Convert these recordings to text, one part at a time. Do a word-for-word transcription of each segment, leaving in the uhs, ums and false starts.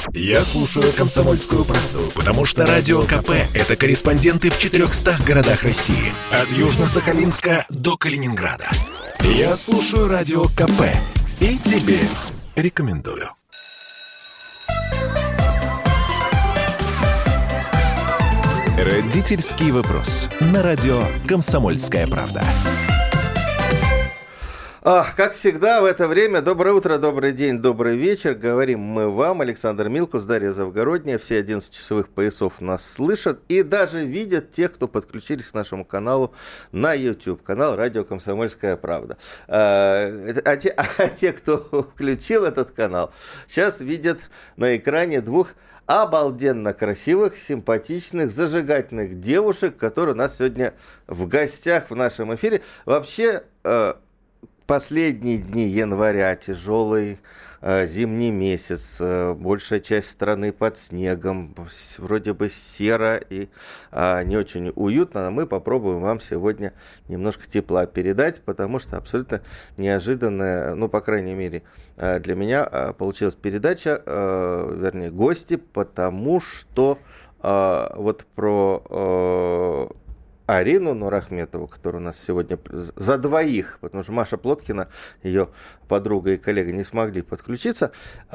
Я слушаю «Комсомольскую правду», потому что Радио КП – это корреспонденты в четырехстах городах России. От Южно-Сахалинска до Калининграда. Я слушаю Радио КП и тебе рекомендую. Родительский вопрос. На радио «Комсомольская правда». А, как всегда в это время, доброе утро, добрый день, добрый вечер. Говорим мы вам, Александр Милкус, Дарья Завгородняя. Все одиннадцать часовых поясов нас слышат и даже видят тех, кто подключились к нашему каналу на YouTube. Канал «Радио Комсомольская правда». А, а, те, а те, кто включил этот канал, сейчас видят на экране двух обалденно красивых, симпатичных, зажигательных девушек, которые у нас сегодня в гостях в нашем эфире. Вообще, э, последние дни января, тяжелый э, зимний месяц, э, большая часть страны под снегом, вроде бы серо и э, не очень уютно, но мы попробуем вам сегодня немножко тепла передать, потому что абсолютно неожиданная, ну, по крайней мере, э, для меня э, получилась передача, э, вернее, гости, потому что э, вот про... Э, Арину Нурахметову, которая у нас сегодня за двоих, потому что Маша Плоткина, ее подруга и коллега, не смогли подключиться.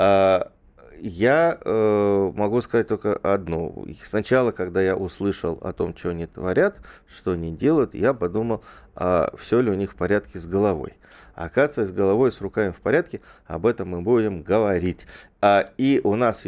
Я могу сказать только одно. Сначала, когда я услышал о том, что они творят, что они делают, я подумал, все ли у них в порядке с головой. А оказывается, с головой, с руками в порядке, об этом мы будем говорить. И у нас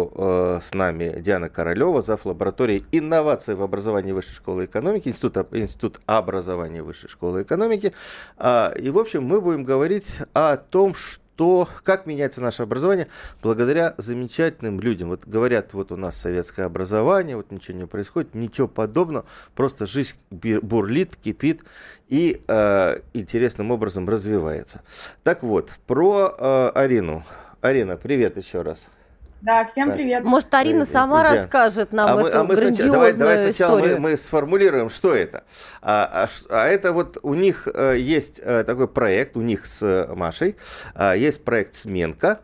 еще с нами Диана Королева, зав. Лаборатории инноваций в образовании Высшей школы экономики, Институт, Институт образования Высшей школы экономики. И, в общем, мы будем говорить о том, что то, как меняется наше образование благодаря замечательным людям. Вот говорят, вот у нас советское образование, вот ничего не происходит, ничего подобного, просто жизнь бурлит, кипит и э, интересным образом развивается. Так вот, про э, Арину. Арина, привет еще раз. Да, всем так. Привет. Может, Арина сама да. расскажет нам а эту мы, а мы грандиозную давай, давай сначала историю. Мы, мы сформулируем, что это. А, а, а это вот у них а, есть а, такой проект, у них с Машей, а, есть проект «Сменка».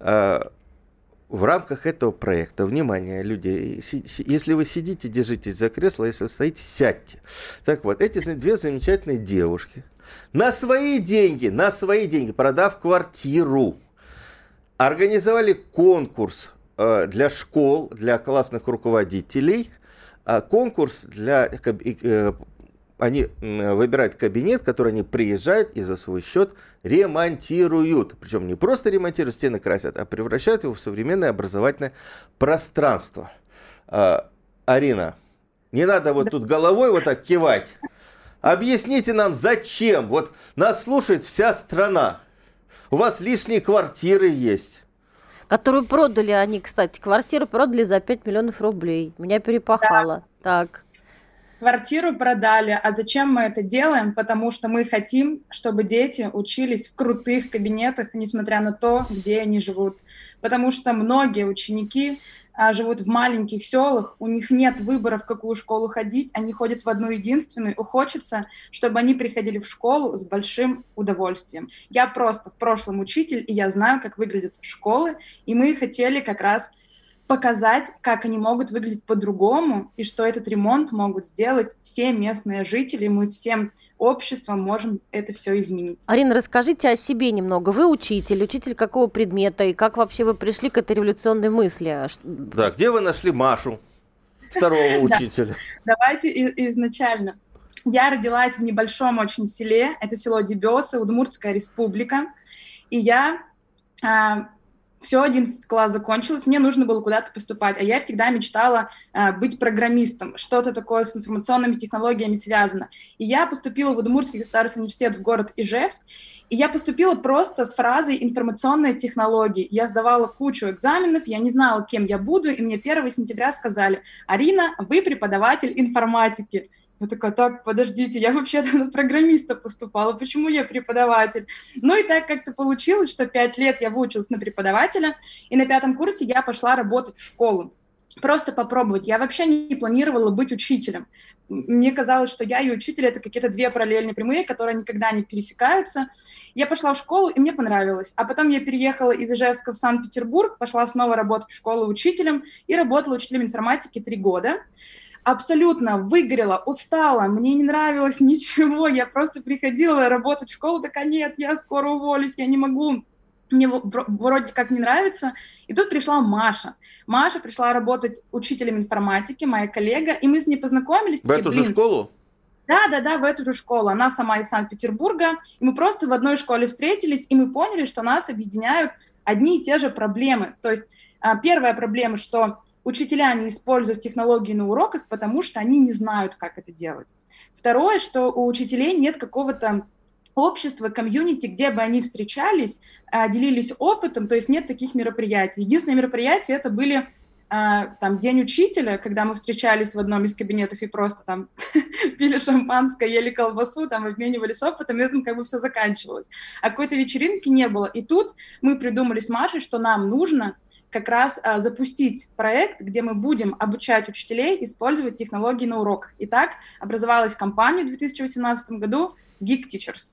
А, в рамках этого проекта, внимание, люди, си, си, если вы сидите, держитесь за кресло, если вы стоите, сядьте. Так вот, эти две замечательные девушки на свои деньги, на свои деньги, продав квартиру, организовали конкурс э, для школ, для классных руководителей. А конкурс для... Э, они э, выбирают кабинет, который они приезжают и за свой счет ремонтируют. Причем не просто ремонтируют, стены красят, а превращают его в современное образовательное пространство. Э, Арина, не надо вот тут головой вот так кивать. Объясните нам, зачем? Вот нас слушает вся страна. У вас лишние квартиры есть. Которую продали они, кстати. Квартиру продали за пять миллионов рублей. Меня перепахало. Да. Так. Квартиру продали. А зачем мы это делаем? Потому что мы хотим, чтобы дети учились в крутых кабинетах, несмотря на то, где они живут. Потому что многие ученики а, живут в маленьких селах, у них нет выбора, в какую школу ходить, они ходят в одну единственную, и хочется, чтобы они приходили в школу с большим удовольствием. Я просто в прошлом учитель, и я знаю, как выглядят школы, и мы хотели как раз показать, как они могут выглядеть по-другому, и что этот ремонт могут сделать все местные жители, мы всем обществом можем это все изменить. Арина, расскажите о себе немного. Вы учитель, учитель какого предмета, и как вообще вы пришли к этой революционной мысли? Да, где вы нашли Машу, второго учителя? Давайте изначально. Я родилась в небольшом очень селе, это село Дебесы, Удмуртская республика, и я... Все, одиннадцатый класс закончилось, мне нужно было куда-то поступать, а я всегда мечтала э, быть программистом, что-то такое с информационными технологиями связано. И я поступила в Удмуртский государственный университет в город Ижевск, и я поступила просто с фразой «информационные технологии». Я сдавала кучу экзаменов, я не знала, кем я буду, и мне первого сентября сказали: «Арина, вы преподаватель информатики». Я такая: так, подождите, я вообще-то на программиста поступала, почему я преподаватель? Ну и так как-то получилось, что пять лет я выучилась на преподавателя, и на пятом курсе я пошла работать в школу. просто попробовать. Я вообще не планировала быть учителем. Мне казалось, что я и учитель — это какие-то две параллельные прямые, которые никогда не пересекаются. Я пошла в школу, и мне понравилось. А потом я переехала из Ижевска в Санкт-Петербург, пошла снова работать в школу учителем и работала учителем информатики три года. Абсолютно выгорела, устала, мне не нравилось ничего. Я просто приходила работать в школу, такая: нет, я скоро уволюсь, я не могу. Мне вроде как не нравится. И тут пришла Маша. Маша пришла работать учителем информатики, моя коллега, и мы с ней познакомились. В такие, эту же школу? Да-да-да, в эту же школу. Она сама из Санкт-Петербурга. И мы просто в одной школе встретились, и мы поняли, что нас объединяют одни и те же проблемы. То есть первая проблема, что учителя не используют технологии на уроках, потому что они не знают, как это делать. Второе, что у учителей нет какого-то общество, комьюнити, где бы они встречались, делились опытом, то есть нет таких мероприятий. Единственное мероприятие — это были там День учителя, когда мы встречались в одном из кабинетов и просто там пили шампанское, ели колбасу, там обменивались опытом, и этом как бы все заканчивалось. А какой-то вечеринки не было. И тут мы придумали с Машей, что нам нужно как раз а, запустить проект, где мы будем обучать учителей использовать технологии на уроках. И так образовалась компания в две тысячи восемнадцатом году Geek Teachers.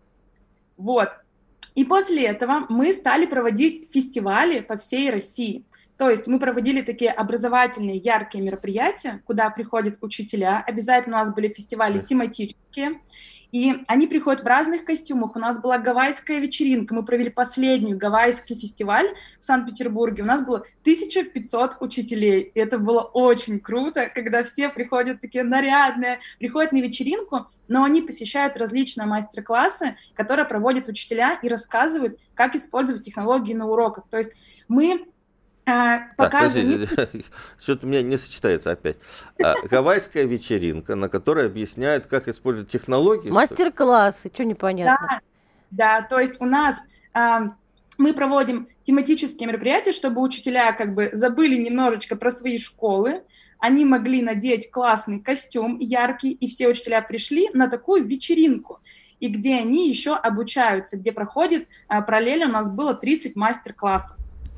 Вот. И после этого мы стали проводить фестивали по всей России. То есть мы проводили такие образовательные, яркие мероприятия, куда приходят учителя. Обязательно у нас были фестивали тематические. И они приходят в разных костюмах. У нас была гавайская вечеринка. Мы провели последний гавайский фестиваль в Санкт-Петербурге. У нас было тысяча пятьсот учителей. И это было очень круто, когда все приходят такие нарядные, приходят на вечеринку, но они посещают различные мастер-классы, которые проводят учителя и рассказывают, как использовать технологии на уроках. То есть мы показываем... Так, что-то у меня не сочетается опять. А, гавайская вечеринка, на которой объясняют, как использовать технологии. Мастер-классы, что непонятно. Да, да, то есть у нас... А, мы проводим тематические мероприятия, чтобы учителя как бы забыли немножечко про свои школы, они могли надеть классный костюм яркий, и все учителя пришли на такую вечеринку, и где они еще обучаются, где проходит, а, параллельно у нас было тридцать мастер-классов.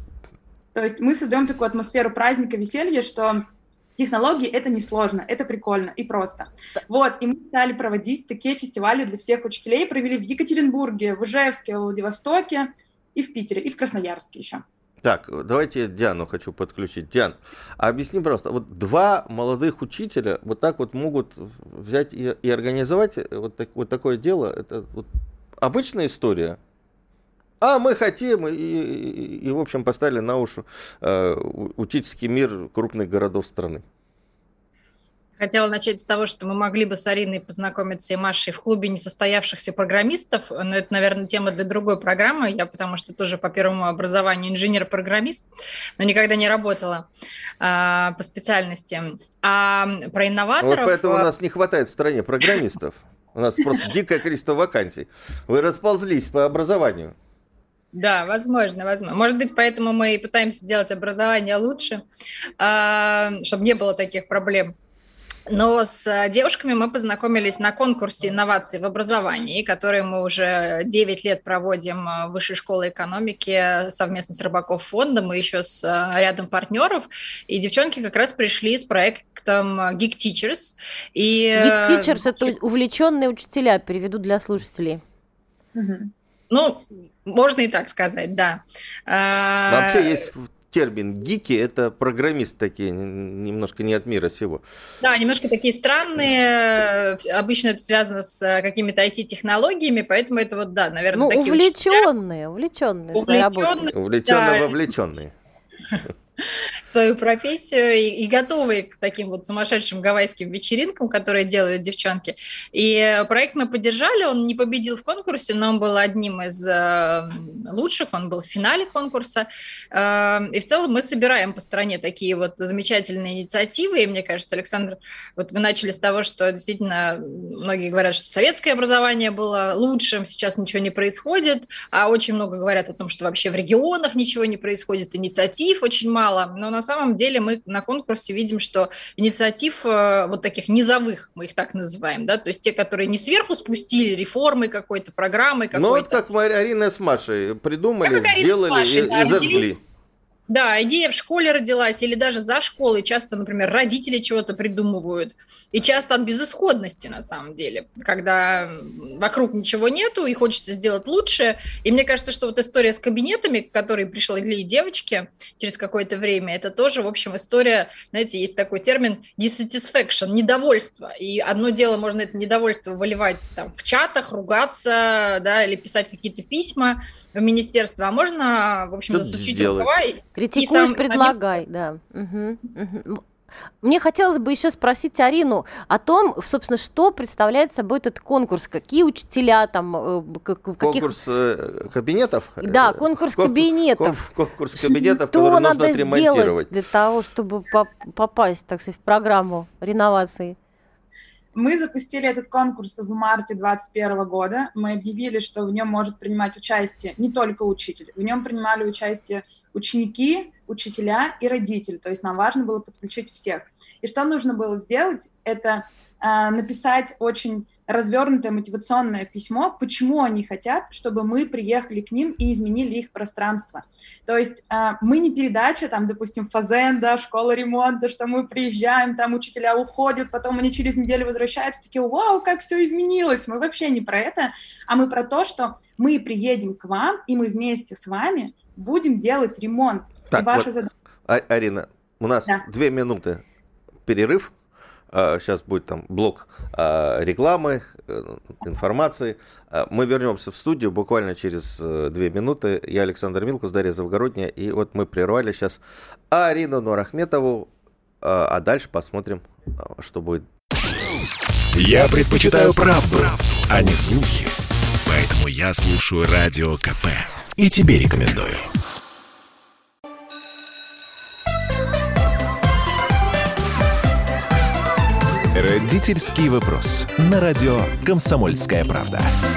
То есть мы создаем такую атмосферу праздника, веселья, что технологии — это несложно, это прикольно и просто. Вот, и мы стали проводить такие фестивали для всех учителей, провели в Екатеринбурге, в Ижевске, в Владивостоке и в Питере, и в Красноярске еще. Так, давайте Диану хочу подключить. Диан, а объясни, пожалуйста, вот два молодых учителя вот так вот могут взять и, и организовать вот, так, вот такое дело? Это вот обычная история? А мы хотим, и, и, и в общем, поставили на уши э, учительский мир крупных городов страны. Хотела начать с того, что мы могли бы с Ариной познакомиться и Машей в клубе несостоявшихся программистов, но это, наверное, тема для другой программы. Я потому что тоже по первому образованию инженер-программист, но никогда не работала а, по специальности. А про инноваторов... Вот поэтому у нас не хватает в стране программистов. У нас просто дикое количество вакансий. Вы расползлись по образованию. Да, возможно, возможно. Может быть, поэтому мы и пытаемся делать образование лучше, чтобы не было таких проблем. Но с девушками мы познакомились на конкурсе инноваций в образовании, который мы уже девять лет проводим в Высшей школе экономики совместно с Рыбаков фондом и еще с рядом партнеров. И девчонки как раз пришли с проектом Geek Teachers. И... Geek Teachers – это увлеченные учителя, переведу для слушателей. Угу. Ну, можно и так сказать, да. Вообще есть термин гики, это программисты такие, немножко не от мира сего. Да, немножко такие странные, обычно это связано с какими-то ай ти-технологиями, поэтому это вот, да, наверное, ну, такие увлеченные, увлеченные, увлеченные, увлеченно-вовлеченные. Свою профессию и, и готовые к таким вот сумасшедшим гавайским вечеринкам, которые делают девчонки. И проект мы поддержали, он не победил в конкурсе, но он был одним из э, лучших, он был в финале конкурса. Э, и в целом мы собираем по стране такие вот замечательные инициативы. И мне кажется, Александр, вот вы начали с того, что действительно многие говорят, что советское образование было лучшим, сейчас ничего не происходит, а очень много говорят о том, что вообще в регионах ничего не происходит, инициатив очень мало. Но на самом деле мы на конкурсе видим, что инициатив э, вот таких низовых, мы их так называем, да, то есть те, которые не сверху спустили реформой какой-то, программой какой-то. Ну вот как мы Арина с Машей придумали, сделали Машей, и, да, и зажгли. Да, идея в школе родилась или даже за школой. Часто, например, родители чего-то придумывают. И часто от безысходности, на самом деле, когда вокруг ничего нету и хочется сделать лучше. И мне кажется, что вот история с кабинетами, к которой пришли девочки через какое-то время, это тоже, в общем, история, знаете, есть такой термин dissatisfaction, недовольство. И одно дело, можно это недовольство выливать там в чатах, ругаться, да, или писать какие-то письма в министерство, а можно, в общем, засучить рукава. Критикуешь, сам... предлагай, да. Угу, угу. Мне хотелось бы еще спросить Арину о том, собственно, что представляет собой этот конкурс, какие учителя там, каких... Конкурс кабинетов? Да, конкурс Кон... кабинетов. Конкурс кабинетов, что который нужно отремонтировать. Что надо сделать для того, чтобы попасть, так сказать, в программу реновации? Мы запустили этот конкурс в марте двадцать первого года. Мы объявили, что в нем может принимать участие не только учитель, в нем принимали участие ученики, учителя и родители. То есть нам важно было подключить всех. И что нужно было сделать, это э, написать очень развернутое мотивационное письмо, почему они хотят, чтобы мы приехали к ним и изменили их пространство. То есть э, мы не передача, там, допустим, фазенда, школа ремонта, что мы приезжаем, там учителя уходят, потом они через неделю возвращаются, такие, вау, как все изменилось. Мы вообще не про это, а мы про то, что мы приедем к вам, и мы вместе с вами будем делать ремонт. Так, и ваша вот, задача... а, Арина, у нас да. две минуты перерыв. Сейчас будет там блок рекламы, информации. Мы вернемся в студию буквально через две минуты. Я Александр Милкус, Дарья Завгородняя. И вот мы прервали сейчас Арину Нурахметову. А дальше посмотрим, что будет. Я предпочитаю правду, правду, а не слухи. Поэтому я слушаю Радио КП. И тебе рекомендую. Родительский вопрос. На радио «Комсомольская правда».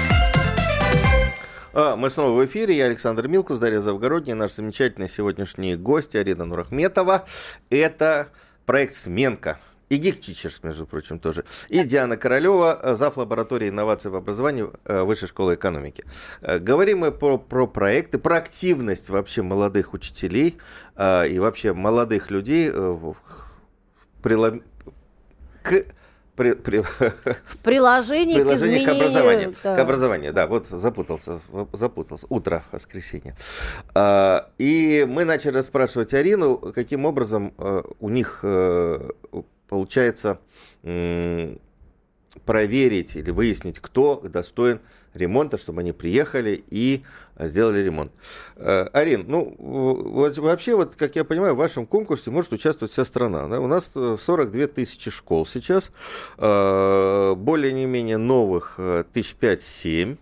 А, мы снова в эфире. Я Александр Милкус, Дарья Завгородняя. Наш замечательный сегодняшний гость Арина Нурахметова. Это проект «Сменка». И Geek Teachers, между прочим, тоже. И Диана Королева, зав. Лаборатории инноваций в образовании Высшей школы экономики. Говорим мы про, про проекты, про активность вообще молодых учителей и вообще молодых людей прилом... к... При, при... Приложение, Приложение к, к образованию. Да. К образованию, да, вот запутался, запутался. Утро, воскресенье. А, и мы начали расспрашивать Арину, каким образом а, у них а, получается м, проверить или выяснить, кто достоин ремонта, чтобы они приехали и сделали ремонт. Арин, ну, вот, вообще, вот, как я понимаю, в вашем конкурсе может участвовать вся страна. Да? У нас сорок две тысячи школ сейчас, более-менее новых тысяч пять-семь.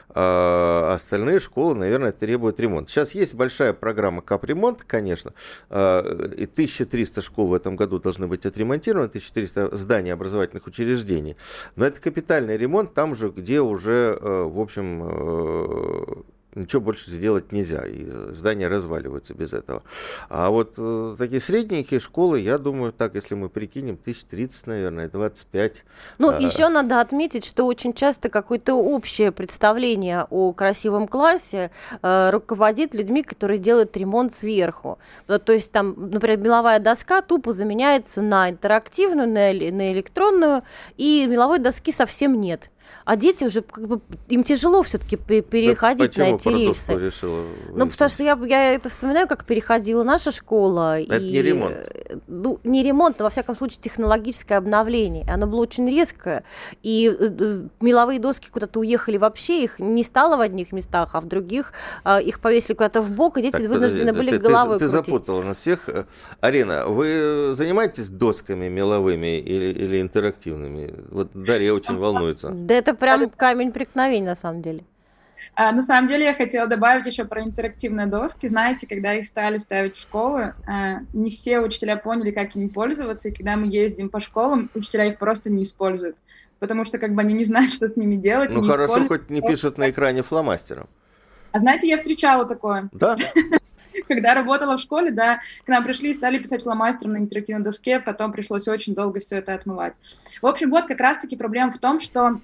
А остальные школы, наверное, требуют ремонта. Сейчас есть большая программа капремонт, конечно, и тысяча триста школ в этом году должны быть отремонтированы, тысяча триста зданий образовательных учреждений. Но это капитальный ремонт, там же, где уже, в общем, ничего больше сделать нельзя, и здания разваливаются без этого. А вот э, такие средненькие школы, я думаю, так, если мы прикинем, тысяча тридцать, наверное, двадцать пять. Ну, а... еще надо отметить, что очень часто какое-то общее представление о красивом классе э, руководит людьми, которые делают ремонт сверху. То есть там, например, меловая доска тупо заменяется на интерактивную, на, на электронную, и меловой доски совсем нет. А дети уже, как бы, им тяжело все-таки переходить да, на эти рельсы. Решила ну, потому что я, я это вспоминаю, как переходила наша школа. Это и, не ремонт. Ну, не ремонт, но, во всяком случае, технологическое обновление. Оно было очень резкое. И э, меловые доски куда-то уехали вообще, их не стало в одних местах, а в других э, их повесили куда-то в бок, и дети так, вынуждены подожди, были ты, головой ты, крутить. Ты запутала нас всех. Арина, вы занимаетесь досками меловыми или, или интерактивными? Вот Дарья очень волнуется. Да это прям камень преткновения, на самом деле. А, на самом деле я хотела добавить еще про интерактивные доски. Знаете, когда их стали ставить в школы, а, не все учителя поняли, как ими пользоваться, и когда мы ездим по школам, учителя их просто не используют, потому что как бы они не знают, что с ними делать. Ну хорошо, хоть не пишут на экране фломастером. А знаете, я встречала такое. Да? Когда работала в школе, да, к нам пришли и стали писать фломастером на интерактивной доске, потом пришлось очень долго все это отмывать. В общем, вот как раз-таки проблема в том, что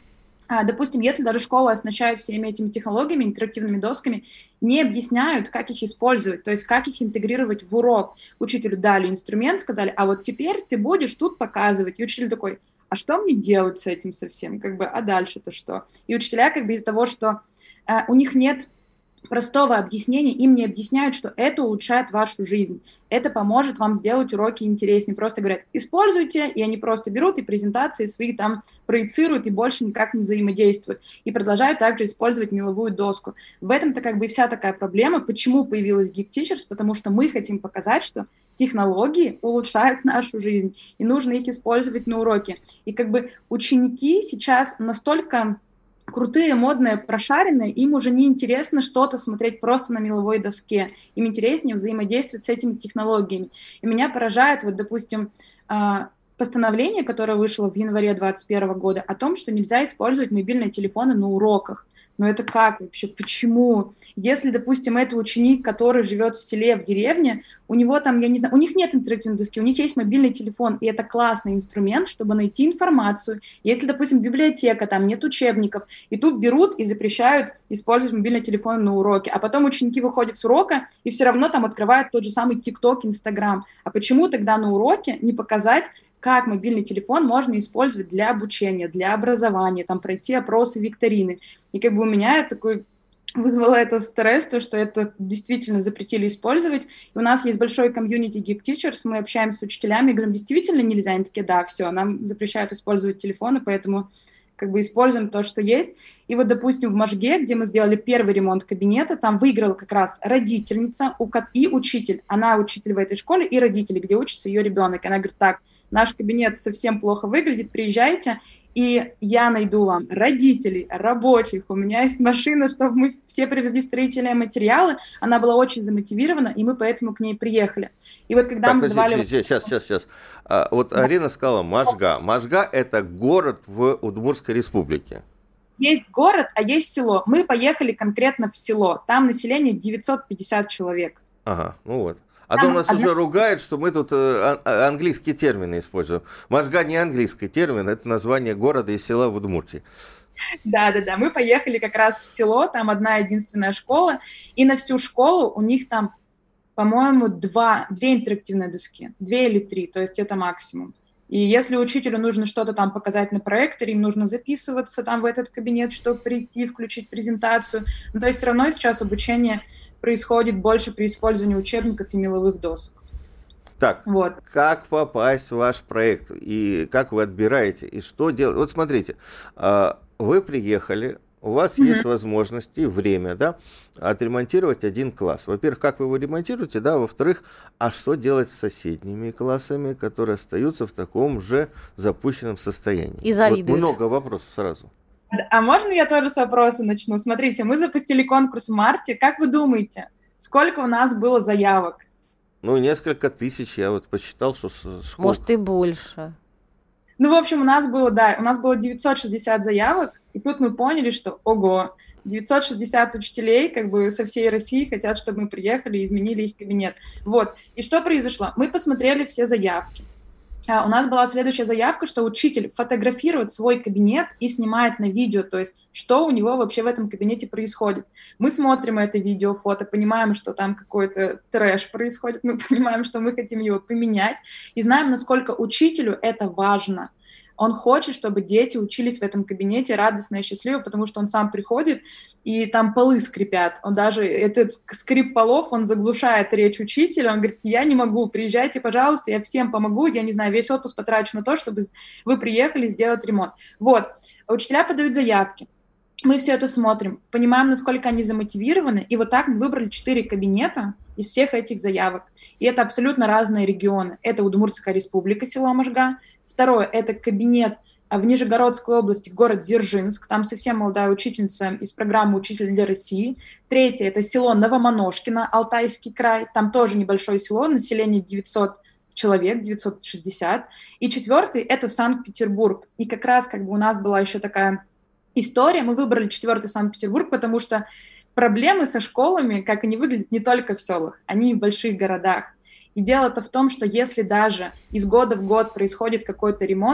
допустим, если даже школа оснащает всеми этими технологиями, интерактивными досками, не объясняют, как их использовать, то есть как их интегрировать в урок. Учителю дали инструмент, сказали, а вот теперь ты будешь тут показывать. И учитель такой, а что мне делать с этим совсем? Как бы, а дальше-то что? И учителя как бы из-за того, что э, у них нет простого объяснения, им не объясняют, что это улучшает вашу жизнь, это поможет вам сделать уроки интереснее. Просто говорят, используйте, и они просто берут и презентации свои там проецируют и больше никак не взаимодействуют. И продолжают также использовать меловую доску. В этом-то как бы вся такая проблема. Почему появилась Geek Teachers? Потому что мы хотим показать, что технологии улучшают нашу жизнь, и нужно их использовать на уроке. И как бы ученики сейчас настолько крутые, модные, прошаренные, им уже не интересно что-то смотреть просто на меловой доске. Им интереснее взаимодействовать с этими технологиями. И меня поражает, вот, допустим, постановление, которое вышло в январе двадцать первого года, о том, что нельзя использовать мобильные телефоны на уроках. Но это как вообще? Почему? Если, допустим, это ученик, который живет в селе, в деревне, у него там, я не знаю, у них нет интерактивной доски, у них есть мобильный телефон, и это классный инструмент, чтобы найти информацию. Если, допустим, библиотека, там нет учебников, и тут берут и запрещают использовать мобильный телефон на уроке, а потом ученики выходят с урока и все равно там открывают тот же самый ТикТок, Инстаграм. А почему тогда на уроке не показать, как мобильный телефон можно использовать для обучения, для образования, там, пройти опросы, викторины. И как бы у меня такой вызвало это стресс, то, что это действительно запретили использовать. И у нас есть большой комьюнити Geek Teachers, мы общаемся с учителями и говорим, действительно нельзя? Они такие, да, все, нам запрещают использовать телефоны, поэтому как бы используем то, что есть. И вот, допустим, в Можге, где мы сделали первый ремонт кабинета, там выиграла как раз родительница и учитель. Она учитель в этой школе и родители, где учится ее ребенок. И она говорит, так, наш кабинет совсем плохо выглядит, приезжайте, и я найду вам родителей, рабочих, у меня есть машина, чтобы мы все привезли строительные материалы, она была очень замотивирована, и мы поэтому к ней приехали. И вот когда так, мы задавали... Сейчас, сейчас, сейчас. А, вот да. Арина сказала Можга. Можга – это город в Удмуртской республике. Есть город, а есть село. Мы поехали конкретно в село, там население девятьсот пятьдесят человек. Ага, ну вот. А то нас одна... уже ругают, что мы тут э, английские термины используем. Можга не английский термин, это название города и села в Удмуртии. Да-да-да, мы поехали как раз в село, там одна единственная школа, и на всю школу у них там, по-моему, два, две интерактивные доски, две или три, то есть это максимум. И если учителю нужно что-то там показать на проекторе, им нужно записываться там в этот кабинет, чтобы прийти, включить презентацию. Ну, то есть все равно сейчас обучение происходит больше при использовании учебников и меловых досок. Так, вот. Как попасть в ваш проект и как вы отбираете, и что делать? Вот смотрите, вы приехали, у вас mm-hmm. есть возможность и время, да, отремонтировать один класс. Во-первых, как вы его ремонтируете, да, во-вторых, а что делать с соседними классами, которые остаются в таком же запущенном состоянии? И завидуют. Вот много вопросов сразу. А можно я тоже с вопроса начну? Смотрите, мы запустили конкурс в марте. Как вы думаете, сколько у нас было заявок? Ну, несколько тысяч, я вот посчитал, что... Школ... Может, и больше. Ну, в общем, у нас было, да, у нас было девятьсот шестьдесят заявок, и тут мы поняли, что, ого, девятьсот шестьдесят учителей как бы со всей России хотят, чтобы мы приехали и изменили их кабинет. Вот. И что произошло? Мы посмотрели все заявки. У нас была следующая заявка, что учитель фотографирует свой кабинет и снимает на видео, то есть что у него вообще в этом кабинете происходит. Мы смотрим это видео, фото, понимаем, что там какой-то трэш происходит, мы понимаем, что мы хотим его поменять, и знаем, насколько учителю это важно. Он хочет, чтобы дети учились в этом кабинете радостно и счастливо, потому что он сам приходит, и там полы скрипят. Он даже, этот скрип полов, он заглушает речь учителя. Он говорит, я не могу, приезжайте, пожалуйста, я всем помогу, я не знаю, весь отпуск потрачу на то, чтобы вы приехали сделать ремонт. Вот, учителя подают заявки. Мы все это смотрим, понимаем, насколько они замотивированы, и вот так мы выбрали четыре кабинета из всех этих заявок. И это абсолютно разные регионы. Это Удмуртская республика, село Можга. Второе – это кабинет в Нижегородской области, город Дзержинск. Там совсем молодая учительница из программы «Учитель для России». Третье – это село Новомоношкино, Алтайский край. Там тоже небольшое село, население девятьсот человек, девятьсот шестьдесят. И четвертый – это Санкт-Петербург. И как раз как бы у нас была еще такая история. Мы выбрали четвертый Санкт-Петербург, потому что проблемы со школами, как они выглядят, не только в селах, они и в больших городах. И дело-то в том, что если даже из года в год происходит какой-то ремонт,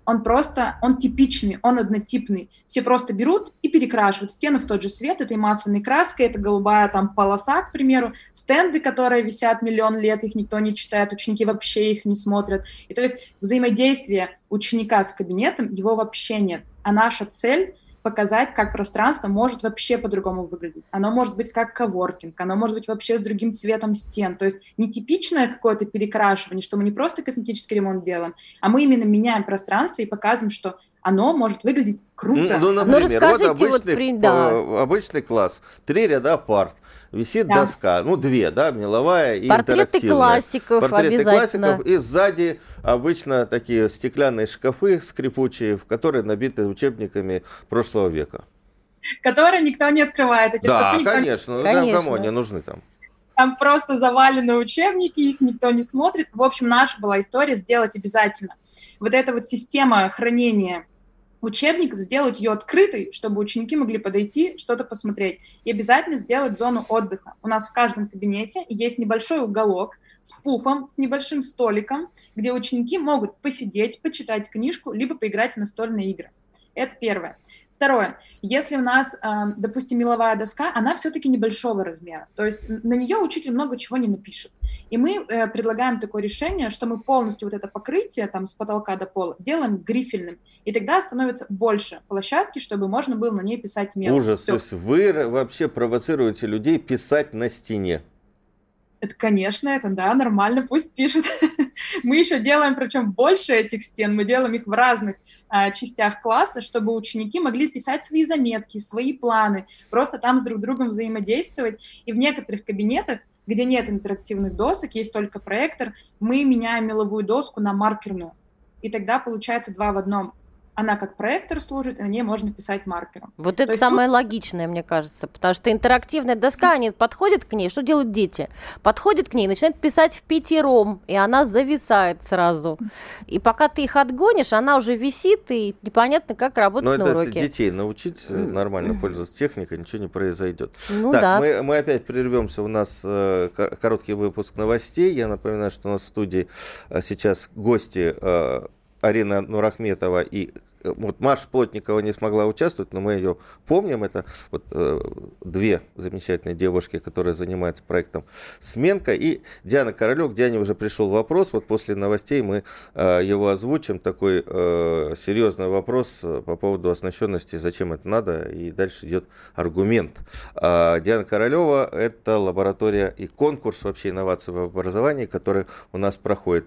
он просто, он типичный, он однотипный. Все просто берут и перекрашивают стены в тот же цвет этой масляной краской, это голубая там полоса, к примеру, стенды, которые висят миллион лет, их никто не читает, ученики вообще их не смотрят. И то есть взаимодействие ученика с кабинетом, его вообще нет. А наша цель — показать, как пространство может вообще по-другому выглядеть. Оно может быть как коворкинг, оно может быть вообще с другим цветом стен. То есть не типичное какое-то перекрашивание, что мы не просто косметический ремонт делаем, а мы именно меняем пространство и показываем, что оно может выглядеть круто. Ну, например, вот обычный, вот, да. обычный класс, три ряда парт, висит да. доска, ну, две, да, меловая и портреты интерактивная. Классиков Портреты классиков, и сзади обычно такие стеклянные шкафы скрипучие, в которые набиты учебниками прошлого века. Которые никто не открывает. Эти да, шкафы конечно, никто... конечно. Кому они нужны там? Там просто завалены учебники, их никто не смотрит. В общем, наша была история сделать обязательно. Вот эта вот система хранения учебников, сделать ее открытой, чтобы ученики могли подойти, что-то посмотреть. И обязательно сделать зону отдыха. У нас в каждом кабинете есть небольшой уголок с пуфом, с небольшим столиком, где ученики могут посидеть, почитать книжку, либо поиграть в настольные игры. Это первое. Второе. Если у нас, допустим, меловая доска, она все-таки небольшого размера. То есть на нее учитель много чего не напишет. И мы предлагаем такое решение, что мы полностью вот это покрытие там, с потолка до пола делаем грифельным. И тогда становится больше площадки, чтобы можно было на ней писать мелом. Ужас. Всё. То есть вы вообще провоцируете людей писать на стене? Это, конечно, это, да, нормально, пусть пишут. Мы еще делаем, причем больше этих стен, мы делаем их в разных а, частях класса, чтобы ученики могли писать свои заметки, свои планы, просто там с друг другом взаимодействовать. И в некоторых кабинетах, где нет интерактивных досок, есть только проектор, мы меняем меловую доску на маркерную. И тогда получается два в одном. Она как проектор служит, и на ней можно писать маркером. Вот это самое тут... логичное, мне кажется, потому что интерактивная доска, они подходят к ней, что делают дети? Подходят к ней, начинают писать впятером, и она зависает сразу. И пока ты их отгонишь, она уже висит, и непонятно, как работать на уроке. Но это детей научить нормально пользоваться техникой, ничего не произойдет. Ну, так, да. мы, мы опять прервемся, у нас э, короткий выпуск новостей. Я напоминаю, что у нас в студии э, сейчас гости э, Арина Нурахметова и вот Маша Плотникова не смогла участвовать, но мы ее помним. Это вот э, две замечательные девушки, которые занимаются проектом «Сменка». И Диана Королёв. К Диане уже пришел вопрос. Вот после новостей мы э, его озвучим. Такой э, серьезный вопрос по поводу оснащенности, зачем это надо. И дальше идет аргумент. Э, Диана Королёва – это лаборатория и конкурс вообще инноваций в образовании, который у нас проходит.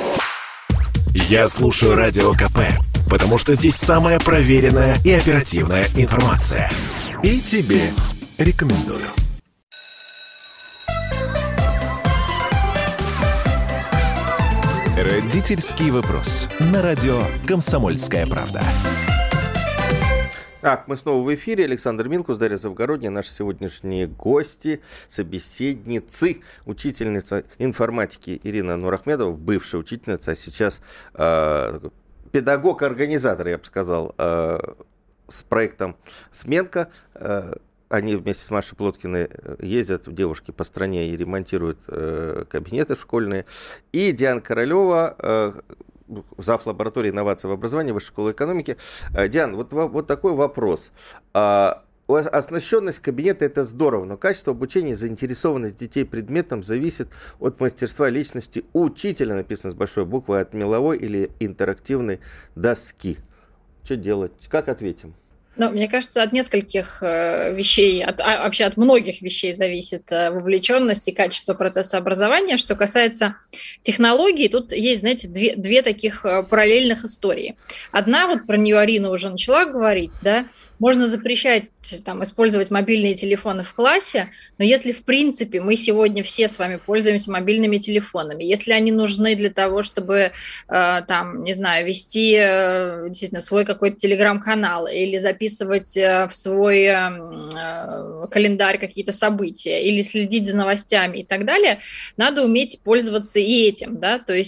Я слушаю Радио КП, потому что здесь самая проверенная и оперативная информация. И тебе рекомендую. Родительский вопрос. На радио «Комсомольская правда». Так, мы снова в эфире. Александр Милкус, Дарья Завгородняя, наши сегодняшние гости, собеседницы, учительница информатики Ирина Нурахметова, бывшая учительница, а сейчас э, педагог-организатор, я бы сказал, э, с проектом «Сменка». Э, они вместе с Машей Плоткиной ездят, девушки, по стране и ремонтируют э, кабинеты школьные. И Диана Королёва, э, зав. Лаборатории инноваций в образовании Высшей школы экономики. Диан, вот, вот такой вопрос. Оснащенность кабинета – это здорово, но качество обучения и заинтересованность детей предметом зависит от мастерства личности учителя, написано с большой буквы, от меловой или интерактивной доски. Что делать? Как ответим? Ну, мне кажется, от нескольких вещей, от, а, вообще от многих вещей зависит вовлеченность и качество процесса образования. Что касается технологий, тут есть, знаете, две, две таких параллельных истории. Одна, вот про нее Арина уже начала говорить, да, можно запрещать там, использовать мобильные телефоны в классе, но если, в принципе, мы сегодня все с вами пользуемся мобильными телефонами, если они нужны для того, чтобы, э, там, не знаю, вести э, действительно свой какой-то телеграм-канал или записывать э, в свой э, календарь какие-то события или следить за новостями и так далее, надо уметь пользоваться и этим, да, то есть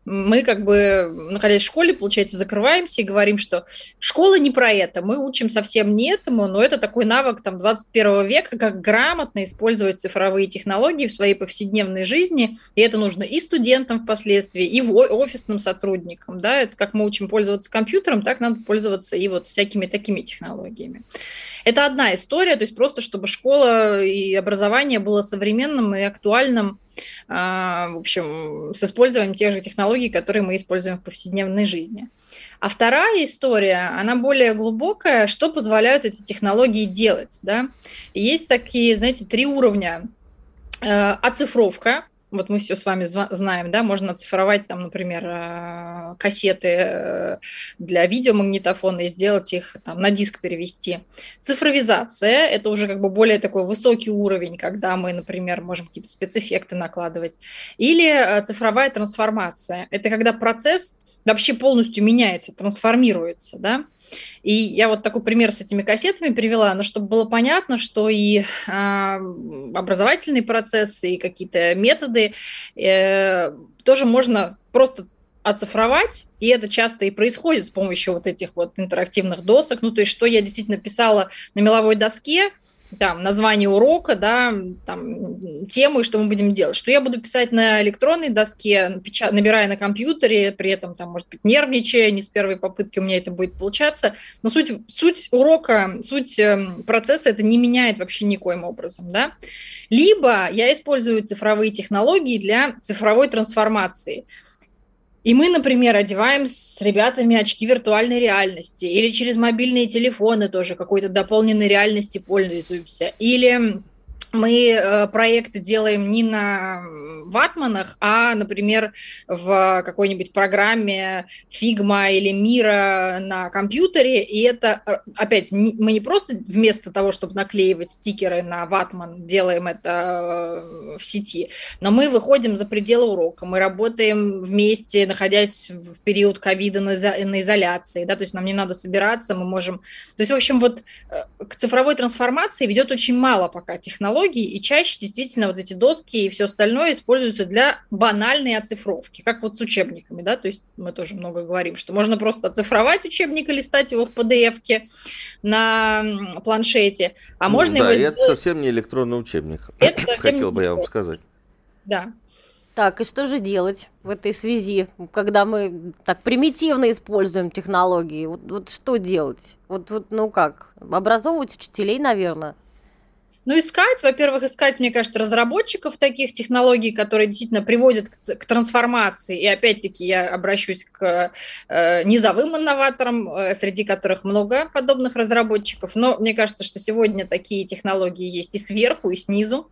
мы как бы, находясь в школе, получается, закрываемся и говорим, что школа не про это, мы учим совсем не этому, но это такой навык там, двадцать первого века, как грамотно использовать цифровые технологии в своей повседневной жизни, и это нужно и студентам впоследствии, и офисным сотрудникам, да, это как мы учим пользоваться компьютером, так надо пользоваться и вот всякими такими технологиями. Это одна история, то есть просто чтобы школа и образование было современным и актуальным, в общем, с использованием тех же технологий, которые мы используем в повседневной жизни. А вторая история, она более глубокая, что позволяют эти технологии делать, да? Есть такие, знаете, три уровня. Оцифровка. Вот мы все с вами знаем, да, можно оцифровать там, например, кассеты для видеомагнитофона и сделать их там на диск перевести. Цифровизация – это уже как бы более такой высокий уровень, когда мы, например, можем какие-то спецэффекты накладывать. Или цифровая трансформация – это когда процесс вообще полностью меняется, трансформируется, да. И я вот такой пример с этими кассетами привела, но чтобы было понятно, что и э, образовательные процессы, и какие-то методы э, тоже можно просто оцифровать, и это часто и происходит с помощью вот этих вот интерактивных досок. Ну, то есть, что я действительно писала на меловой доске, там, название урока, да, там, тему, и что мы будем делать. Что я буду писать на электронной доске, печат... набирая на компьютере, при этом, там, может быть, нервничая, не с первой попытки у меня это будет получаться. Но суть, суть урока, суть процесса это не меняет вообще никоим образом, да. Либо я использую цифровые технологии для цифровой трансформации. И мы, например, одеваем с ребятами очки виртуальной реальности, или через мобильные телефоны тоже какой-то дополненной реальности пользуемся, или мы э, проекты делаем не на ватманах, а, например, в какой-нибудь программе Figma или Miro на компьютере, и это, опять, не, мы не просто вместо того, чтобы наклеивать стикеры на ватман, делаем это э, в сети, но мы выходим за пределы урока, мы работаем вместе, находясь в период ковида на, на изоляции, да, то есть нам не надо собираться, мы можем... То есть, в общем, вот э, к цифровой трансформации ведет очень мало пока технологий, и чаще действительно вот эти доски и все остальное используются для банальной оцифровки, как вот с учебниками, да, то есть мы тоже много говорим, что можно просто оцифровать учебник и листать его в пи ди эф-ке на планшете, а можно ну, да, его... Да, это совсем не электронный учебник, это хотел бы я вам сказать. Да. Так, и что же делать в этой связи, когда мы так примитивно используем технологии? Вот, вот что делать? Вот, вот, ну как, образовывать учителей, наверное? Ну, искать, во-первых, искать, мне кажется, разработчиков таких технологий, которые действительно приводят к, к трансформации. И опять-таки я обращусь к э, низовым инноваторам, э, среди которых много подобных разработчиков. Но мне кажется, что сегодня такие технологии есть и сверху, и снизу.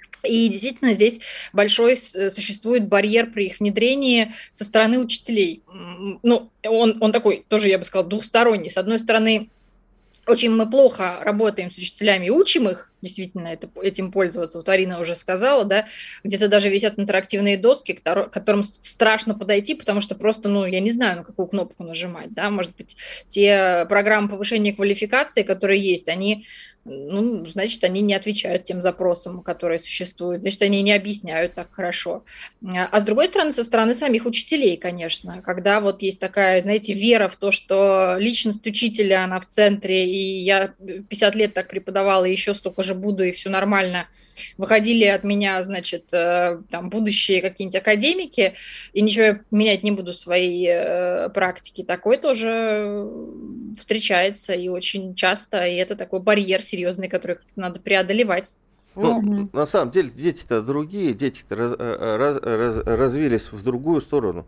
И действительно здесь большой существует барьер при их внедрении со стороны учителей. Ну, он, он такой, тоже, я бы сказала, двухсторонний. С одной стороны, очень мы плохо работаем с учителями и учим их действительно это, этим пользоваться. Вот Арина уже сказала, да, где-то даже висят интерактивные доски, к которым страшно подойти, потому что просто, ну, я не знаю, на какую кнопку нажимать, да, может быть, те программы повышения квалификации, которые есть, они, ну, значит, они не отвечают тем запросам, которые существуют, значит, они не объясняют так хорошо. А с другой стороны, со стороны самих учителей, конечно, когда вот есть такая, знаете, вера в то, что личность учителя, она в центре, и я пятьдесят лет так преподавала, и еще столько же буду, и все нормально. Выходили от меня, значит, там, будущие какие-нибудь академики, и ничего я менять не буду в своей э, практике. Такое тоже встречается и очень часто, и это такой барьер серьезный, который надо преодолевать. Ну, mm-hmm. На самом деле дети-то другие, дети-то раз, раз, раз, развились в другую сторону.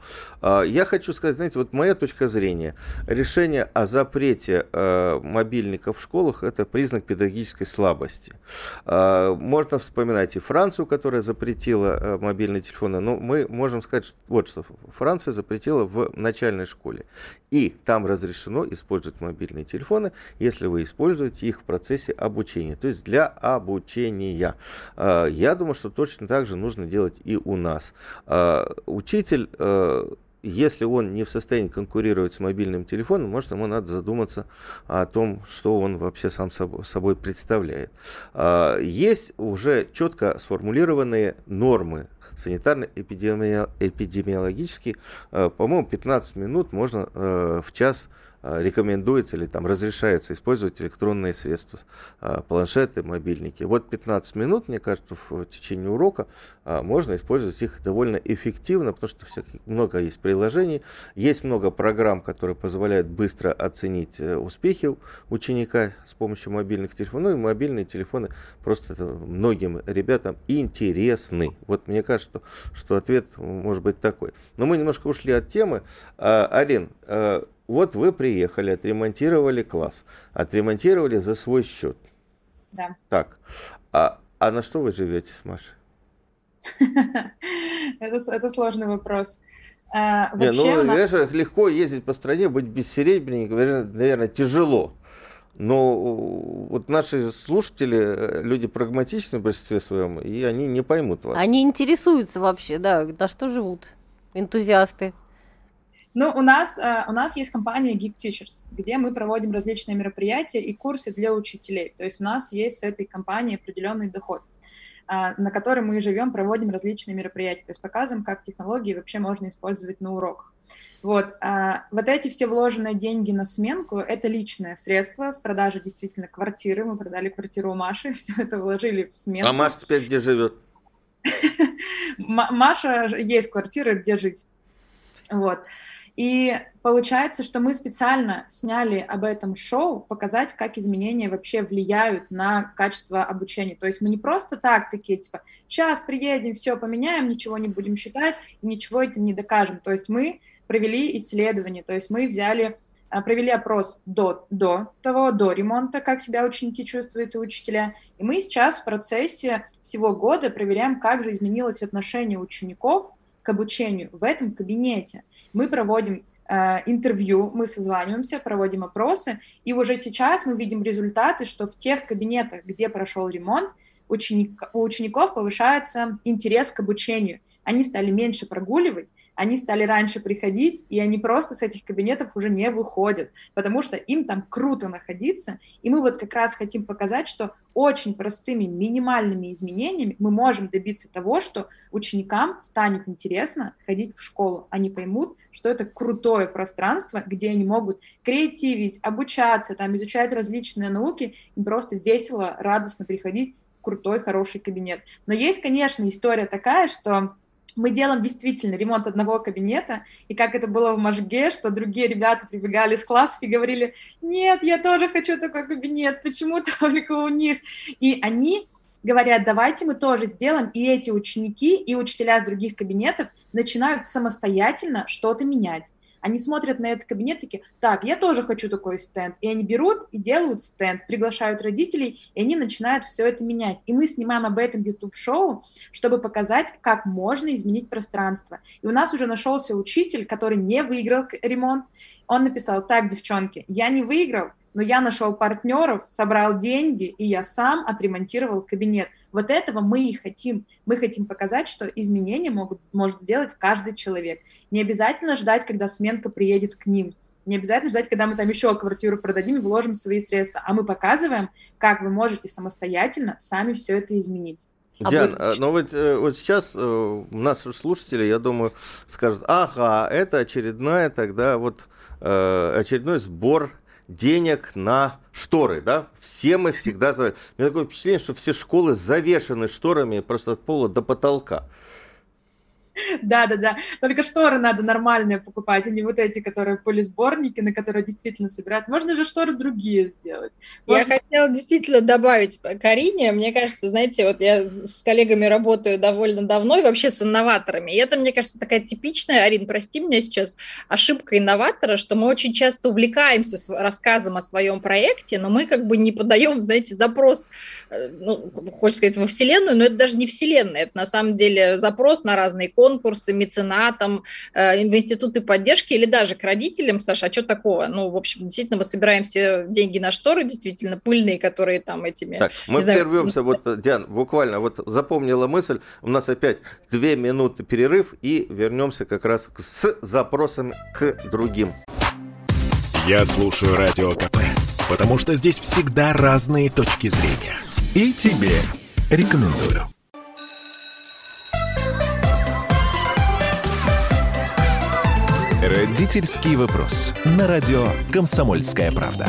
Я хочу сказать, знаете, вот моя точка зрения, решение о запрете мобильников в школах – это признак педагогической слабости. Можно вспоминать и Францию, которая запретила мобильные телефоны, но мы можем сказать, что, вот что Франция запретила в начальной школе. И там разрешено использовать мобильные телефоны, если вы используете их в процессе обучения, то есть для обучения. Я думаю, что точно так же нужно делать и у нас. Учитель если он не в состоянии конкурировать с мобильным телефоном, может, ему надо задуматься о том, что он вообще сам собой представляет. Есть уже четко сформулированные нормы санитарно-эпидемиологические. По-моему, пятнадцать минут можно в час рекомендуется или там разрешается использовать электронные средства, планшеты, мобильники. Вот пятнадцать минут, мне кажется, в течение урока можно использовать их довольно эффективно, потому что много есть приложений, есть много программ, которые позволяют быстро оценить успехи ученика с помощью мобильных телефонов. Ну и мобильные телефоны просто это многим ребятам интересны. Вот мне кажется, что, что ответ может быть такой. Но мы немножко ушли от темы. Арин, вот вы приехали, отремонтировали класс, отремонтировали за свой счет. Да. Так, а, а на что вы живете с Машей? это, это сложный вопрос. А, Не, ну, нас... конечно, легко ездить по стране, быть бессеребренником, наверное, тяжело. Но вот наши слушатели, люди прагматичны в большинстве своем, и они не поймут вас. Они интересуются вообще, да, на что живут энтузиасты. Ну, у нас, у нас есть компания Geek Teachers, где мы проводим различные мероприятия и курсы для учителей. То есть у нас есть с этой компанией определенный доход, на который мы живем, проводим различные мероприятия. То есть показываем, как технологии вообще можно использовать на уроках. Вот, вот эти все вложенные деньги на сменку – это личное средство с продажи действительно квартиры. Мы продали квартиру у Маши, все это вложили в сменку. А Маша теперь где живет? Маша есть квартира, где жить. Вот. И получается, что мы специально сняли об этом шоу, показать, как изменения вообще влияют на качество обучения. То есть мы не просто так такие, типа, сейчас приедем, все поменяем, ничего не будем считать, и ничего этим не докажем. То есть мы провели исследование, то есть мы взяли, провели опрос до, до того, до ремонта, как себя ученики чувствуют и учителя. И мы сейчас в процессе всего года проверяем, как же изменилось отношение учеников к обучению в этом кабинете. Мы проводим э, интервью, мы созваниваемся, проводим опросы, и уже сейчас мы видим результаты, что в тех кабинетах, где прошел ремонт, ученик, у учеников повышается интерес к обучению. Они стали меньше прогуливать, они стали раньше приходить, и они просто с этих кабинетов уже не выходят, потому что им там круто находиться. И мы вот как раз хотим показать, что очень простыми, минимальными изменениями мы можем добиться того, что ученикам станет интересно ходить в школу. Они поймут, что это крутое пространство, где они могут креативить, обучаться, там, изучать различные науки, им просто весело, радостно приходить в крутой, хороший кабинет. Но есть, конечно, история такая, что мы делаем действительно ремонт одного кабинета, и как это было в Можге, что другие ребята прибегали с классов и говорили: нет, я тоже хочу такой кабинет, почему только у них? И они говорят: давайте мы тоже сделаем, и эти ученики, и учителя с других кабинетов начинают самостоятельно что-то менять. Они смотрят на этот кабинет такие: так, я тоже хочу такой стенд. И они берут и делают стенд, приглашают родителей, и они начинают все это менять. И мы снимаем об этом YouTube-шоу, чтобы показать, как можно изменить пространство. И у нас уже нашелся учитель, который не выиграл ремонт. Он написал: так, девчонки, я не выиграл, но я нашел партнеров, собрал деньги, и я сам отремонтировал кабинет. Вот этого мы и хотим. Мы хотим показать, что изменения могут, может сделать каждый человек. Не обязательно ждать, когда сменка приедет к ним. Не обязательно ждать, когда мы там еще квартиру продадим и вложим свои средства. А мы показываем, как вы можете самостоятельно сами все это изменить. Диан, а ну вот, вот сейчас у нас слушатели, я думаю, скажут: ага, это очередная тогда вот очередной сбор денег на шторы, да? Все мы всегда... У меня такое впечатление, что все школы завешаны шторами просто от пола до потолка. Да-да-да, только шторы надо нормальные покупать, а не вот эти, которые полисборники, на которые действительно собирают. Можно же шторы другие сделать. Можно... Я хотела действительно добавить Карине. Мне кажется, знаете, вот я с коллегами работаю довольно давно, и вообще с инноваторами. И это, мне кажется, такая типичная, Арин, прости меня сейчас, ошибка инноватора, что мы очень часто увлекаемся рассказом о своем проекте, но мы как бы не подаем, знаете, запрос, ну, хочется сказать, во Вселенную, но это даже не Вселенная, это на самом деле запрос на разные конкурсы меценатам, э, в институты поддержки или даже к родителям, Саша, а что такого? Ну, в общем, действительно, мы собираем все деньги на шторы, действительно, пыльные, которые там этими... Так, мы прервемся, вот, Диан, буквально, вот запомнила мысль, у нас опять две минуты перерыв, и вернемся как раз с запросами к другим. Я слушаю Радио КП, потому что здесь всегда разные точки зрения. И тебе рекомендую. Родительский вопрос. На радио «Комсомольская правда».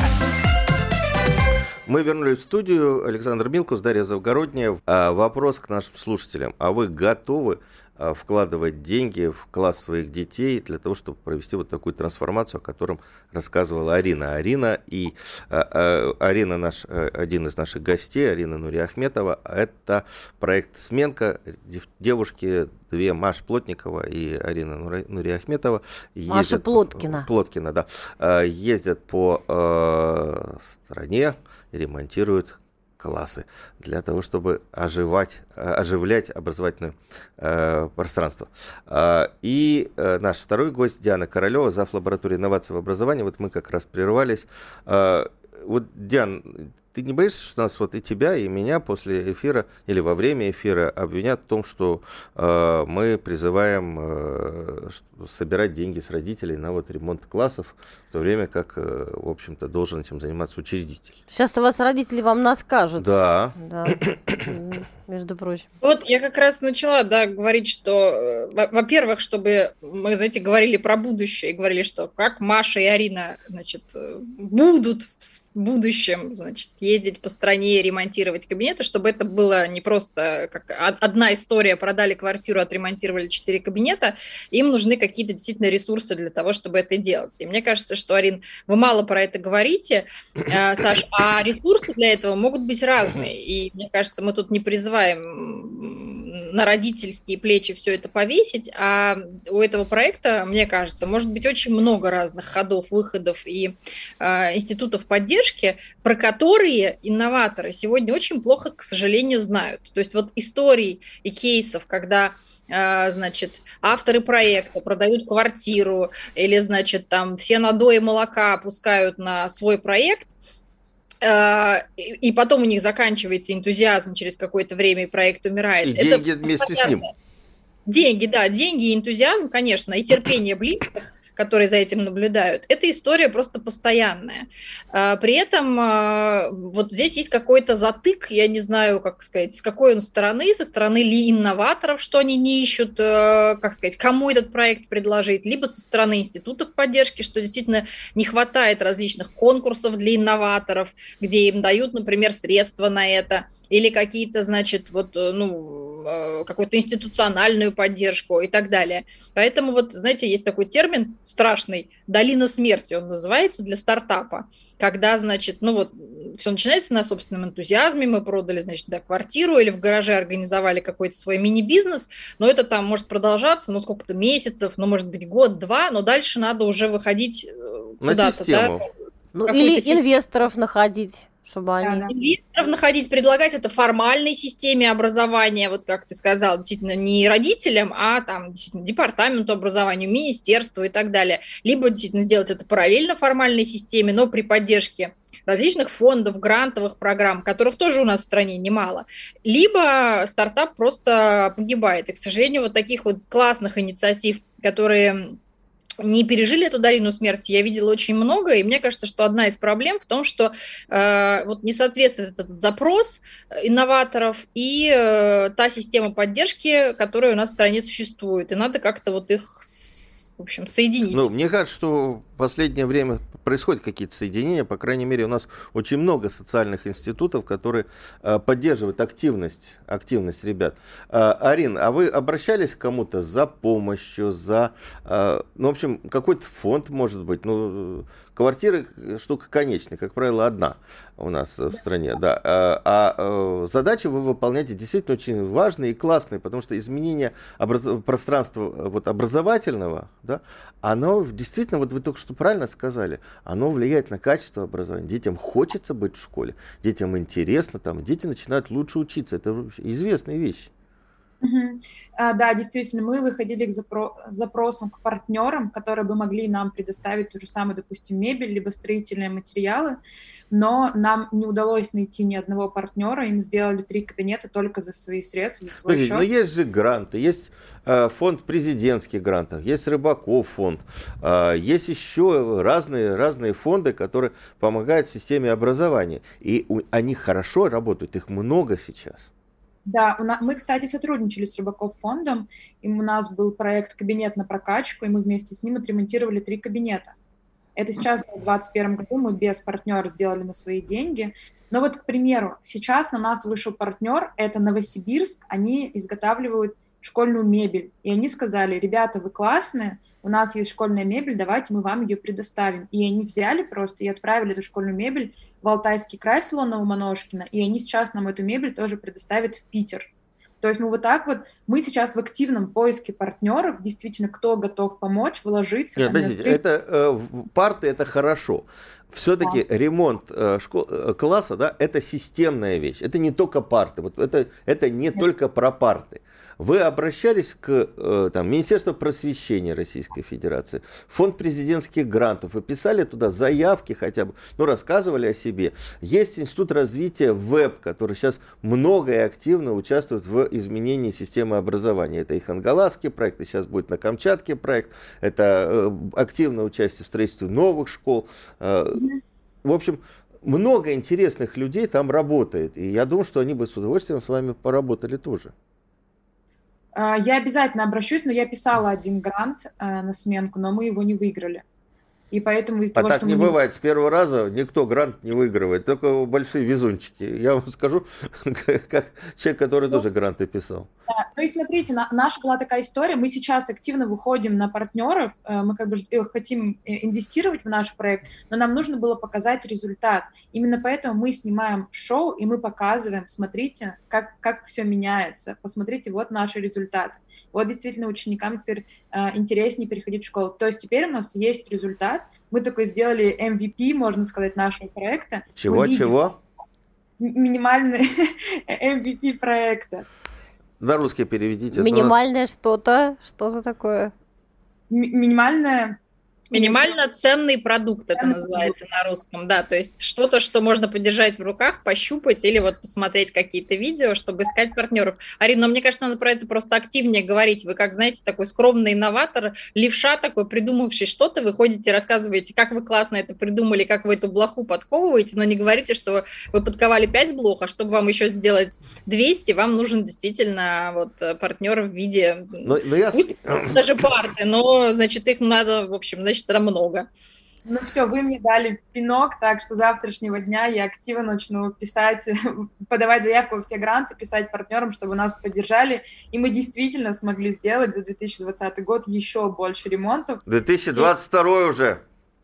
Мы вернулись в студию. Александр Милкус, Дарья Завгородняя. Вопрос к нашим слушателям. А вы готовы вкладывать деньги в класс своих детей для того, чтобы провести вот такую трансформацию, о котором рассказывала Арина. Арина и а, а, Арина наш, один из наших гостей, Арина Нуриахметова, это проект «Сменка». Девушки, две, Маша Плотникова и Арина Нуриахметова. Маша ездят, Плоткина. Плоткина, да. Ездят по э, стране, ремонтируют классы для того, чтобы оживать, оживлять образовательное э, пространство. Э, и э, наш второй гость Диана Королева, зав. Лаборатории инноваций в образовании. Вот мы как раз прервались. Э, вот, Диан, ты не боишься, что нас вот и тебя, и меня после эфира или во время эфира обвинят в том, что э, мы призываем э, собирать деньги с родителей на вот ремонт классов, в то время как, э, в общем-то, должен этим заниматься учредитель? Сейчас у вас родители вам наскажут. Да. Да. Между прочим. Вот я как раз начала, да, говорить, что, во-первых, чтобы мы, знаете, говорили про будущее, и говорили, что как Маша и Арина, значит, будут в будущем, значит, ездить по стране, ремонтировать кабинеты, чтобы это было не просто как одна история, продали квартиру, отремонтировали четыре кабинета, им нужны какие-то действительно ресурсы для того, чтобы это делать. И мне кажется, что, Арин, вы мало про это говорите, э, Саш, а ресурсы для этого могут быть разные. И мне кажется, мы тут не призываем на родительские плечи все это повесить, а у этого проекта, мне кажется, может быть очень много разных ходов, выходов и э, институтов поддержки, про которые инноваторы сегодня очень плохо, к сожалению, знают. То есть вот историй и кейсов, когда значит, авторы проекта продают квартиру или, значит, там все надои молока опускают на свой проект, и потом у них заканчивается энтузиазм через какое-то время, и проект умирает. И это деньги вместе с ним. Деньги, да, деньги и энтузиазм, конечно, и терпение близких, которые за этим наблюдают, эта история просто постоянная. При этом вот здесь есть какой-то затык, я не знаю, как сказать, с какой он стороны, со стороны ли инноваторов, что они не ищут, как сказать, кому этот проект предложить, либо со стороны институтов поддержки, что действительно не хватает различных конкурсов для инноваторов, где им дают, например, средства на это, или какие-то, значит, вот, ну, какую-то институциональную поддержку и так далее. Поэтому вот, знаете, есть такой термин страшный, долина смерти он называется для стартапа, когда, значит, ну вот, все начинается на собственном энтузиазме, мы продали, значит, да, квартиру или в гараже организовали какой-то свой мини-бизнес, но это там может продолжаться, ну, сколько-то месяцев, ну, может быть, год-два, но дальше надо уже выходить на куда-то, систему. Да? Ну, или инвесторов находить. Чтобы они... да, да. Инвесторов находить, предлагать это формальной системе образования, вот как ты сказал, действительно не родителям, а там действительно департаменту образования, министерству и так далее. Либо действительно делать это параллельно формальной системе, но при поддержке различных фондов, грантовых программ, которых тоже у нас в стране немало. Либо стартап просто погибает. И, к сожалению, вот таких вот классных инициатив, которые... не пережили эту долину смерти, я видела очень много, и мне кажется, что одна из проблем в том, что э, вот не соответствует этот запрос инноваторов и э, та система поддержки, которая у нас в стране существует, и надо как-то вот их, в общем, соединить. Ну, мне кажется, что в последнее время происходят какие-то соединения, по крайней мере, у нас очень много социальных институтов, которые э, поддерживают активность, активность ребят. Э, Арин, а вы обращались к кому-то за помощью, за, э, ну, в общем, какой-то фонд, может быть, ну, квартиры штука конечная, как правило, одна у нас в стране, да. А, а задачи вы выполняете действительно очень важные и классные, потому что изменение образ... пространства вот, образовательного, да, оно действительно, вот вы только что правильно сказали, оно влияет на качество образования. Детям хочется быть в школе, детям интересно, там, дети начинают лучше учиться. Это известные вещи. Мгм. А, Да, действительно, мы выходили к запро- запросам к партнерам, которые бы могли нам предоставить ту же самую, допустим, мебель, либо строительные материалы, но нам не удалось найти ни одного партнера, им сделали три кабинета только за свои средства, за свой Подождите, но счет. есть же гранты, есть э, фонд президентских грантов, есть Рыбаков фонд, э, есть еще разные, разные фонды, которые помогают в системе образования. И у- они хорошо работают, их много сейчас. Да, у на- мы, кстати, сотрудничали с Рыбаков фондом, и у нас был проект «Кабинет на прокачку», и мы вместе с ним отремонтировали три кабинета. Это сейчас у нас в двадцать первом году мы без партнера сделали на свои деньги. Но вот, к примеру, сейчас на нас вышел партнер, это Новосибирск, они изготавливают школьную мебель. И они сказали: ребята, вы классные, у нас есть школьная мебель, давайте мы вам ее предоставим. И они взяли просто и отправили эту школьную мебель в Алтайский край, в село Новомоношкино, и они сейчас нам эту мебель тоже предоставят в Питер. То есть мы вот так вот, мы сейчас в активном поиске партнеров, действительно, кто готов помочь, вложиться. Нет, там, на подождите, строй- это э, в- парты это хорошо. Все-таки ремонт э, школ- э, класса, да, это системная вещь. Это не только парты. Вот это, это не Нет. только про парты. Вы обращались к э, там, Министерству просвещения Российской Федерации, фонд президентских грантов, вы писали туда заявки хотя бы, ну, рассказывали о себе. Есть Институт развития ВЭБ, который сейчас много и активно участвует в изменении системы образования. Это и Хангаласский проект, и сейчас будет на Камчатке проект, это э, активное участие в строительстве новых школ. Э, в общем, много интересных людей там работает, и я думаю, что они бы с удовольствием с вами поработали тоже. А, Я обязательно обращусь, но я писала один грант а, на сменку, но мы его не выиграли. И поэтому из-за А того, так что не мы не... бывает. С первого раза никто грант не выигрывает. Только большие везунчики. Я вам скажу, как человек, который тоже гранты писал. Да. Ну и смотрите, на- наша была такая история, мы сейчас активно выходим на партнеров, э, мы как бы ж- э, хотим э, инвестировать в наш проект, но нам нужно было показать результат. Именно поэтому мы снимаем шоу, и мы показываем, смотрите, как, как все меняется, посмотрите, вот наши результаты. Вот действительно ученикам теперь э, интереснее переходить в школу. То есть теперь у нас есть результат, мы такой сделали эм ви пи, можно сказать, нашего проекта. Чего, Мы видим чего? м- минимальный эм ви пи проекта. На русский переведите. Это у нас- Минимальное что-то, что-то такое. Ми- Минимальная... Минимально ценный продукт это Ценный называется на русском, да, то есть что-то, что можно подержать в руках, пощупать или вот посмотреть какие-то видео, чтобы искать партнеров. Арина, но мне кажется, надо про это просто активнее говорить. Вы, как знаете, такой скромный инноватор, левша такой, придумавший что-то, вы ходите, рассказываете, как вы классно это придумали, как вы эту блоху подковываете, но не говорите, что вы подковали пять блох, а чтобы вам еще сделать двести, вам нужен действительно вот партнер в виде, Но, но я... пусть даже парты, но, значит, их надо, в общем, значит, это много. Ну все, вы мне дали пинок, так что с завтрашнего дня я активно начну писать, подавать заявку во все гранты, писать партнерам, чтобы нас поддержали, и мы действительно смогли сделать за две тысячи двадцатый год еще больше ремонтов. две тысячи двадцать второй уже.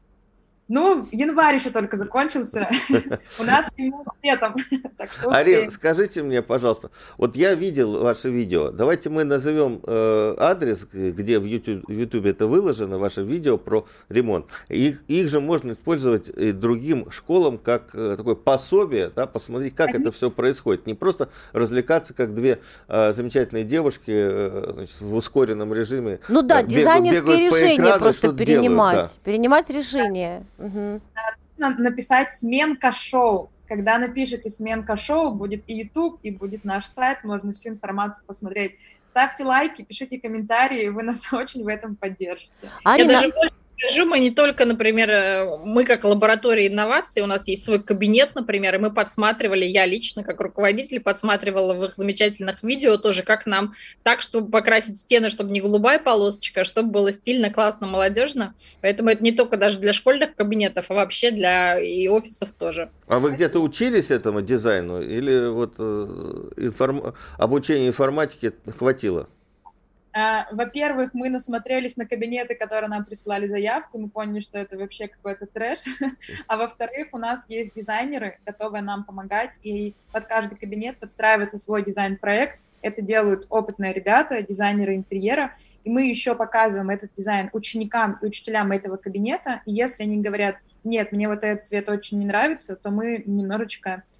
Ну, январь еще только закончился, у нас ремонт летом, так что Арин, успеем. скажите мне, пожалуйста, вот я видел ваше видео, давайте мы назовем э, адрес, где в YouTube, в YouTube это выложено, ваше видео про ремонт. Их, их же можно использовать и другим школам как э, такое пособие, да, посмотреть, как это все происходит. Не просто развлекаться, как две э, замечательные девушки э, значит, в ускоренном режиме. Ну да, э, бегают- дизайнерские бегают по решения экрану, просто что-то делают, перенимать. да. Перенимать решения. Мгм. Надо написать «сменка шоу». Когда напишите «сменка шоу», будет и YouTube, и будет наш сайт, можно всю информацию посмотреть. Ставьте лайки, пишите комментарии, вы нас очень в этом поддержите. Арина, Я даже больше скажу, мы не только, например, э, мы как лаборатория инноваций, у нас есть свой кабинет, например, и мы подсматривали, я лично как руководитель подсматривала в их замечательных видео тоже, как нам так, чтобы покрасить стены, чтобы не голубая полосочка, а чтобы было стильно, классно, молодежно. Поэтому это не только даже для школьных кабинетов, а вообще для и офисов тоже. А вы где-то учились этому дизайну или вот э, информ... обучения информатике хватило? А, Во-первых, мы насмотрелись на кабинеты, которые нам присылали заявку, мы поняли, что это вообще какой-то трэш. А во-вторых, у нас есть дизайнеры, готовые нам помогать, и под каждый кабинет подстраивается свой дизайн-проект. Это делают опытные ребята, дизайнеры интерьера, и мы еще показываем этот дизайн ученикам и учителям этого кабинета, и если они говорят: нет, мне вот этот цвет очень не нравится, то мы немножечко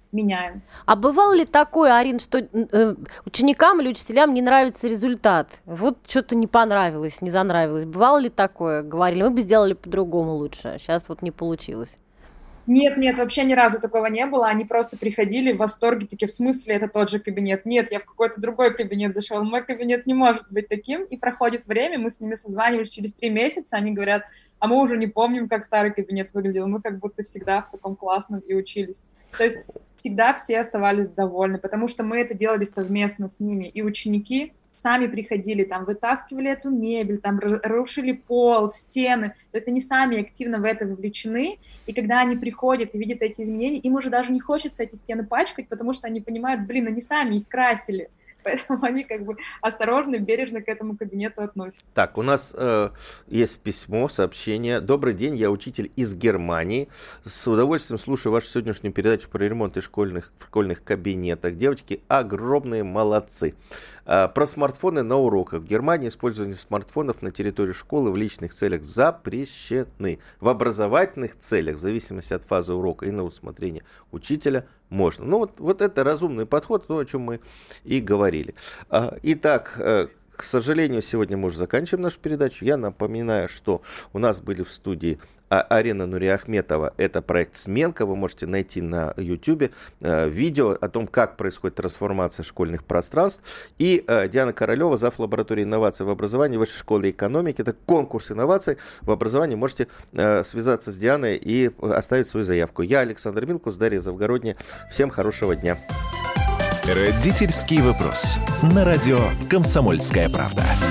меняем. А бывало ли такое, Арин, что э, ученикам или учителям не нравится результат? Вот что-то не понравилось, не занравилось. Бывало ли такое? Говорили, мы бы сделали по-другому лучше, сейчас вот не получилось. Нет, нет, вообще ни разу такого не было. Они просто приходили в восторге, такие, в смысле, это тот же кабинет? Нет, я в какой-то другой кабинет зашел. Мой кабинет не может быть таким. И проходит время, мы с ними созванивались через три месяца, они говорят, а мы уже не помним, как старый кабинет выглядел. Мы как будто всегда в таком классном и учились. То есть всегда все оставались довольны, потому что мы это делали совместно с ними. И ученики сами приходили, там, вытаскивали эту мебель, там, рушили пол, стены. То есть они сами активно в это вовлечены. И когда они приходят и видят эти изменения, им уже даже не хочется эти стены пачкать, потому что они понимают, блин, они сами их красили. Поэтому они как бы осторожно, бережно к этому кабинету относятся. Так, у нас э, есть письмо, сообщение. Добрый день, я учитель из Германии. С удовольствием слушаю вашу сегодняшнюю передачу про ремонт в школьных, в школьных кабинетах. Девочки огромные молодцы. Э, про смартфоны на уроках. В Германии использование смартфонов на территории школы в личных целях запрещены. В образовательных целях, в зависимости от фазы урока и на усмотрение учителя, можно. Ну вот, вот это разумный подход, то, о чем мы и говорили. Итак, к сожалению, сегодня мы уже заканчиваем нашу передачу. Я напоминаю, что у нас были в студии Арина Нуриахметова. Это проект «Сменка». Вы можете найти на YouTube видео о том, как происходит трансформация школьных пространств. И Диана Королева, зав. Лаборатории инноваций в образовании Высшей школы экономики. Это конкурс инноваций в образовании. Можете связаться с Дианой и оставить свою заявку. Я Александр Милкус, Дарья Завгородняя. Всем хорошего дня. Родительский вопрос. На радио «Комсомольская правда».